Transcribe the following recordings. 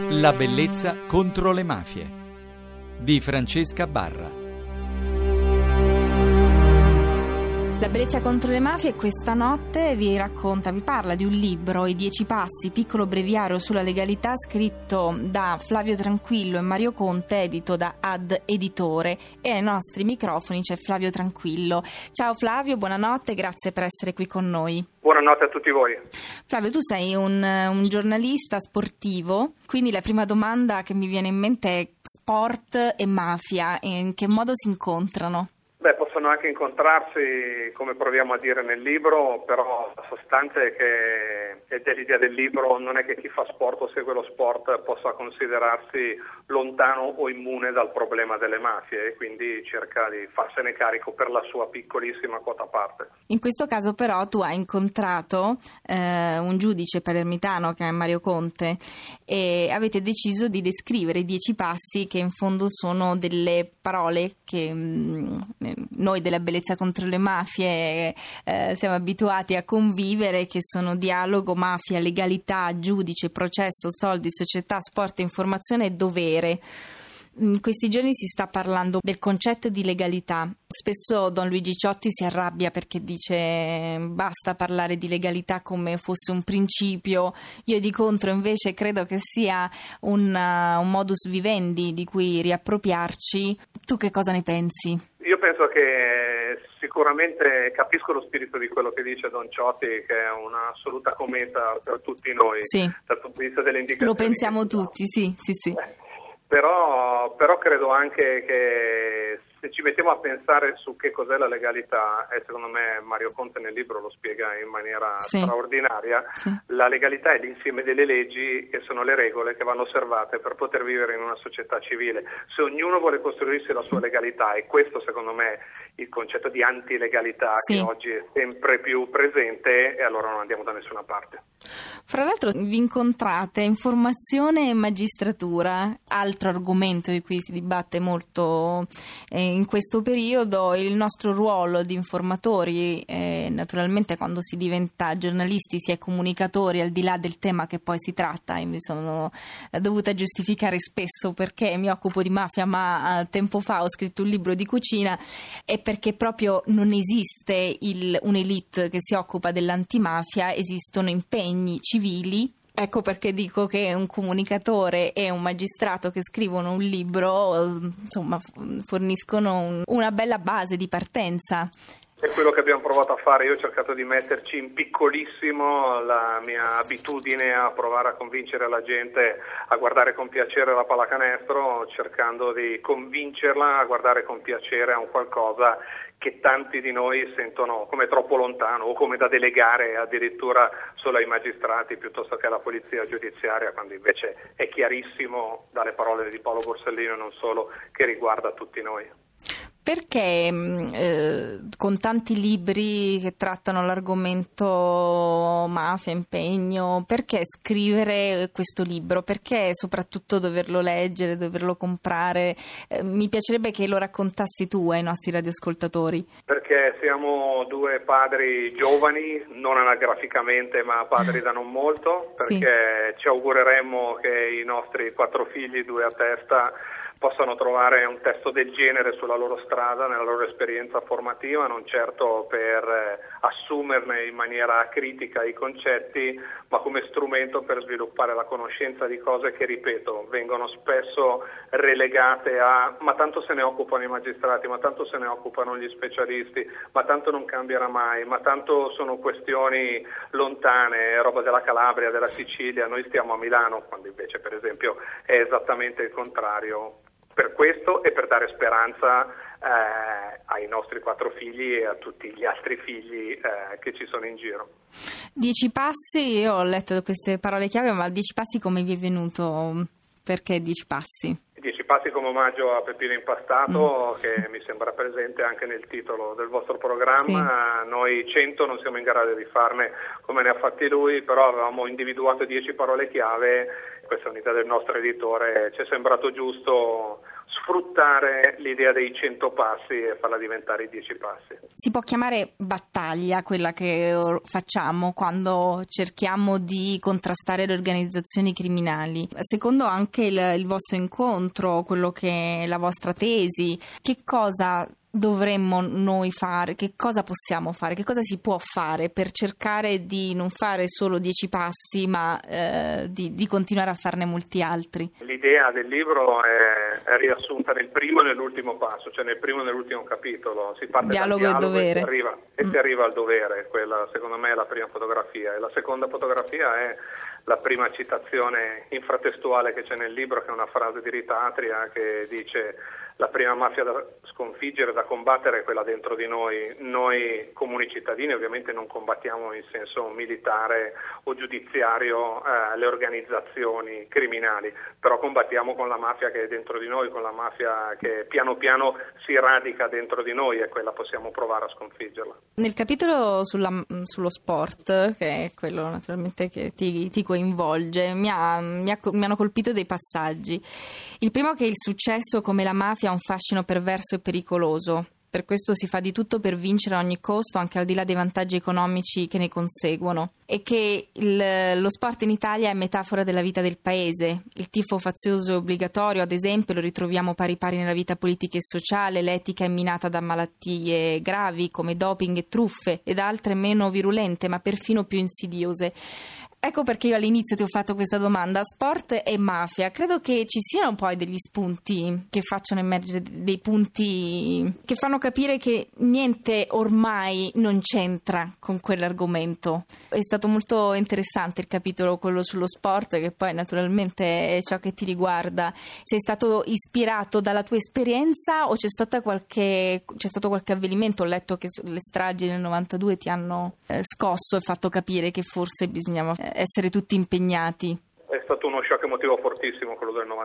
La bellezza contro le mafie di Francesca Barra. La bellezza contro le mafie questa notte vi parla di un libro, I 10 passi, piccolo breviario sulla legalità, scritto da Flavio Tranquillo e Mario Conte, edito da Ad Editore, e ai nostri microfoni c'è Flavio Tranquillo. Ciao Flavio, buonanotte, grazie per essere qui con noi. Buonanotte a tutti voi. Flavio, tu sei un giornalista sportivo, quindi la prima domanda che mi viene in mente è sport e mafia, in che modo si incontrano? Possono anche incontrarsi, come proviamo a dire nel libro, però la sostanza è che dell'idea del libro non è che chi fa sport o segue lo sport possa considerarsi lontano o immune dal problema delle mafie, e quindi cerca di farsene carico per la sua piccolissima quota parte. In questo caso però tu hai incontrato un giudice palermitano che è Mario Conte e avete deciso di descrivere i 10 passi, che in fondo sono delle parole che noi della bellezza contro le mafie siamo abituati a convivere, che sono dialogo, mafia, legalità, giudice, processo, soldi, società, sport, informazione e dovere. In questi giorni si sta parlando del concetto di legalità. Spesso Don Luigi Ciotti si arrabbia perché dice basta parlare di legalità come fosse un principio. Io di contro invece credo che sia un modus vivendi di cui riappropriarci. Tu che cosa ne pensi? Io penso che sicuramente capisco lo spirito di quello che dice Don Ciotti, che è un'assoluta cometa per tutti noi, sì, dal punto di vista delle indicazioni. Lo pensiamo tutti, sì. Però credo anche che se ci mettiamo a pensare su che cos'è la legalità, e secondo me Mario Conte nel libro lo spiega in maniera straordinaria, la legalità è l'insieme delle leggi e sono le regole che vanno osservate per poter vivere in una società civile. Se ognuno vuole costruirsi la sua legalità, e questo secondo me è il concetto di antilegalità che oggi è sempre più presente, e allora non andiamo da nessuna parte. Fra l'altro vi incontrate informazione e magistratura, altro argomento di cui si dibatte molto in questo periodo, il nostro ruolo di informatori. Naturalmente quando si diventa giornalisti si è comunicatori, al di là del tema che poi si tratta. Io mi sono dovuta giustificare spesso perché mi occupo di mafia, ma tempo fa ho scritto un libro di cucina, e perché proprio non esiste un'elite che si occupa dell'antimafia, esistono impegni civili. Ecco perché dico che un comunicatore e un magistrato che scrivono un libro, insomma, forniscono una bella base di partenza. È quello che abbiamo provato a fare. Io ho cercato di metterci in piccolissimo la mia abitudine a provare a convincere la gente a guardare con piacere la pallacanestro, cercando di convincerla a guardare con piacere a un qualcosa che tanti di noi sentono come troppo lontano o come da delegare addirittura solo ai magistrati piuttosto che alla polizia giudiziaria, quando invece è chiarissimo dalle parole di Paolo Borsellino e non solo che riguarda tutti noi. Perché con tanti libri che trattano l'argomento mafia, impegno, perché scrivere questo libro? Perché soprattutto doverlo leggere, doverlo comprare? Mi piacerebbe che lo raccontassi tu ai nostri radioascoltatori. Perché siamo due padri giovani, non anagraficamente ma padri da non molto, perché ci augureremmo che i nostri 4 figli, 2 a testa, possano trovare un testo del genere sulla loro strada, nella loro esperienza formativa, non certo per assumerne in maniera critica i concetti, ma come strumento per sviluppare la conoscenza di cose che, ripeto, vengono spesso relegate a ma tanto se ne occupano i magistrati, ma tanto se ne occupano gli specialisti, ma tanto non cambierà mai, ma tanto sono questioni lontane, roba della Calabria, della Sicilia, noi stiamo a Milano, quando invece per esempio è esattamente il contrario. Per questo e per dare speranza ai nostri 4 figli e a tutti gli altri figli che ci sono in giro. 10 passi, io ho letto queste parole chiave, ma 10 passi come vi è venuto? Perché 10 passi? 10 passi come omaggio a Peppino Impastato, che mi sembra presente anche nel titolo del vostro programma. Noi 100 non siamo in grado di farne come ne ha fatti lui, però avevamo individuato 10 parole chiave. Questa è un'idea del nostro editore, ci è sembrato giusto sfruttare l'idea dei 100 passi e farla diventare i 10 passi. Si può chiamare battaglia quella che facciamo quando cerchiamo di contrastare le organizzazioni criminali. Secondo anche il vostro incontro, quello che è la vostra tesi, che cosa dovremmo noi fare, che cosa possiamo fare, che cosa si può fare per cercare di non fare solo 10 passi ma di continuare a farne molti altri? L'idea del libro è riassunta nel primo e nell'ultimo passo, cioè nel primo e nell'ultimo capitolo. Si parte dialogo dal dialogo e dovere e si arriva al dovere. Quella secondo me è la prima fotografia, e la seconda fotografia è la prima citazione infratestuale che c'è nel libro, che è una frase di Rita Atria che dice: la prima mafia da sconfiggere, da combattere, è quella dentro di noi. Noi comuni cittadini ovviamente non combattiamo in senso militare o giudiziario le organizzazioni criminali, però combattiamo con la mafia che è dentro di noi, con la mafia che piano piano si radica dentro di noi, e quella possiamo provare a sconfiggerla. Nel capitolo sullo sport, che è quello naturalmente che ti coinvolge, mi hanno colpito dei passaggi. Il primo è che il successo come la mafia ha un fascino perverso e pericoloso. Per questo si fa di tutto per vincere a ogni costo, anche al di là dei vantaggi economici che ne conseguono. E che lo sport in Italia è metafora della vita del paese. Il tifo fazioso e obbligatorio, ad esempio, lo ritroviamo pari pari nella vita politica e sociale. L'etica è minata da malattie gravi come doping e truffe, e da altre meno virulente ma perfino più insidiose. Ecco perché io all'inizio ti ho fatto questa domanda: sport e mafia. Credo che ci siano poi degli spunti che facciano emergere dei punti che fanno capire che niente ormai non c'entra con quell'argomento. È stato molto interessante il capitolo, quello sullo sport, che poi naturalmente è ciò che ti riguarda. Sei stato ispirato dalla tua esperienza o c'è stato qualche avvenimento? Ho letto che le stragi del 92 ti hanno scosso e fatto capire che forse bisognava essere tutti impegnati. È stato uno shock emotivo fortissimo quello del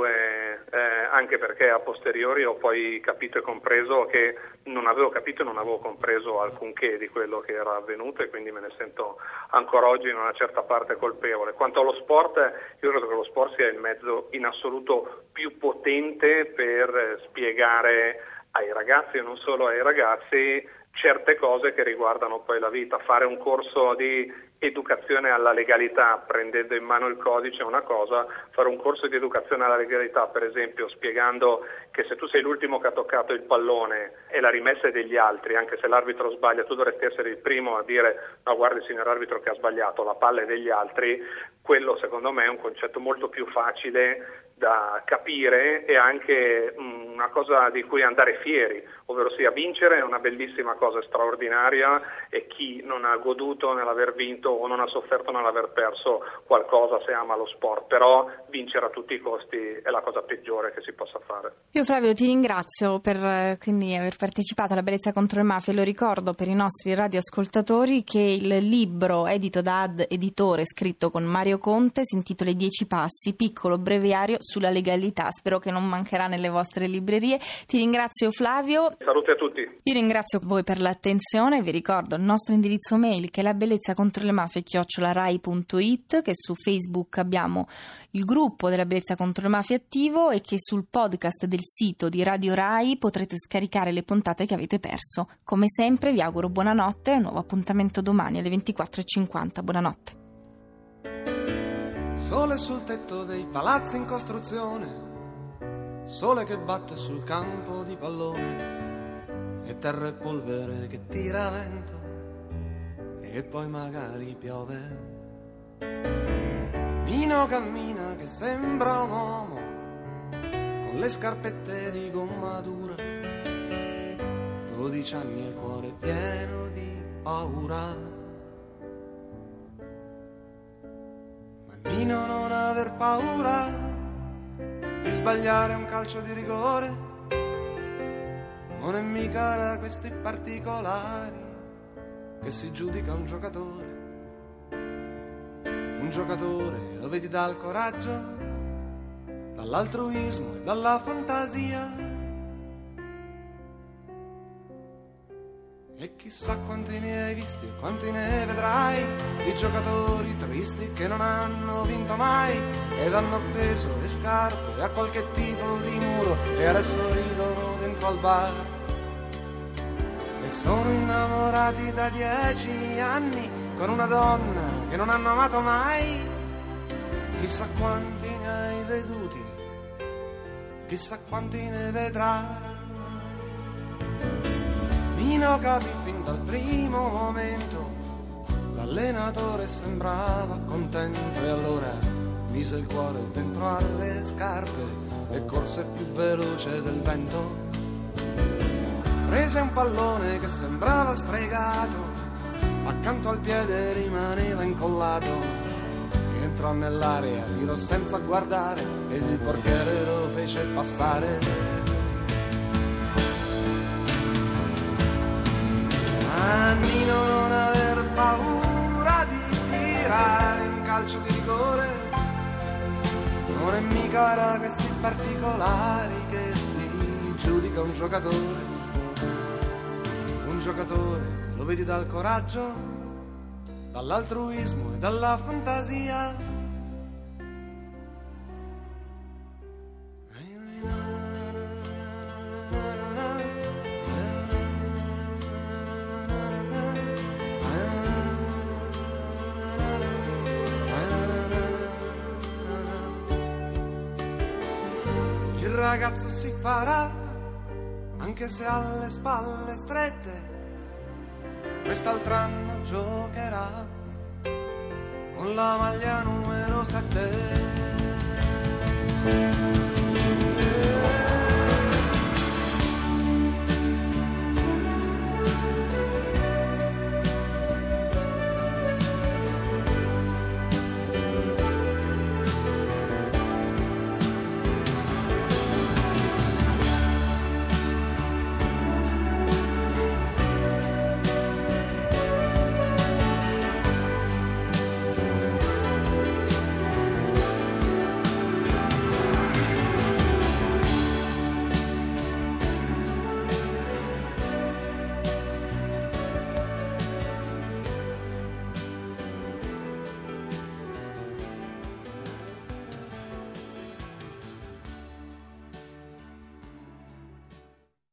92, anche perché a posteriori ho poi capito e compreso che non avevo capito e non avevo compreso alcunché di quello che era avvenuto, e quindi me ne sento ancora oggi in una certa parte colpevole. Quanto allo sport, io credo che lo sport sia il mezzo in assoluto più potente per spiegare ai ragazzi, e non solo ai ragazzi, certe cose che riguardano poi la vita. Fare un corso di educazione alla legalità prendendo in mano il codice è una cosa, fare un corso di educazione alla legalità, per esempio spiegando che se tu sei l'ultimo che ha toccato il pallone e la rimessa è degli altri, anche se l'arbitro sbaglia, tu dovresti essere il primo a dire: no, guardi signor arbitro che ha sbagliato, la palla è degli altri. Quello secondo me è un concetto molto più facile da capire e anche una cosa di cui andare fieri, ovvero sia vincere è una bellissima cosa, straordinaria, e chi non ha goduto nell'aver vinto o non ha sofferto nell'aver perso qualcosa se ama lo sport, però vincere a tutti i costi è la cosa peggiore che si possa fare. Io Flavio ti ringrazio per quindi aver partecipato alla Bellezza contro le mafie. Lo ricordo per i nostri radioascoltatori che il libro edito da Ad Editore, scritto con Mario Conte, si intitola I 10 passi, piccolo breviario sulla legalità. Spero che non mancherà nelle vostre librerie. Ti ringrazio Flavio. Saluti a tutti. Io ringrazio voi per l'attenzione. Vi ricordo il nostro indirizzo mail, che è labellezzacontrolemafie@rai.it, che su Facebook abbiamo il gruppo della Bellezza contro le mafie attivo, e che sul podcast del sito di Radio Rai potrete scaricare le puntate che avete perso. Come sempre vi auguro buonanotte e un nuovo appuntamento domani alle 24:50. Buonanotte. Sole sul tetto dei palazzi in costruzione, sole che batte sul campo di pallone, e terra e polvere che tira vento e poi magari piove. Nino cammina che sembra un uomo con le scarpette di gomma dura, 12 anni e il cuore pieno di paura. Nino, non aver paura di sbagliare un calcio di rigore, non è mica da questi particolari che si giudica un giocatore. Un giocatore lo vedi dal coraggio, dall'altruismo e dalla fantasia, e chissà quanti ne hai visti e quanti ne vedrai, di giocatori tristi che non hanno vinto mai, ed hanno appeso le scarpe a qualche tipo di muro e adesso ridono dentro al bar. E sono innamorati da 10 anni con una donna che non hanno amato mai. Chissà quanti ne hai veduti, chissà quanti ne vedrai. Mino capì fin dal primo momento, l'allenatore sembrava contento e allora mise il cuore dentro alle scarpe e corse più veloce del vento. Prese un pallone che sembrava stregato, accanto al piede rimaneva incollato. Entrò nell'area, tirò senza guardare e il portiere lo fece passare. Nino non aver paura di tirare un calcio di rigore, non è mica da questi particolari che si giudica un giocatore. Un giocatore lo vedi dal coraggio, dall'altruismo e dalla fantasia. Il ragazzo si farà, anche se ha le spalle strette. Quest'altro anno giocherà con la maglia numero 7.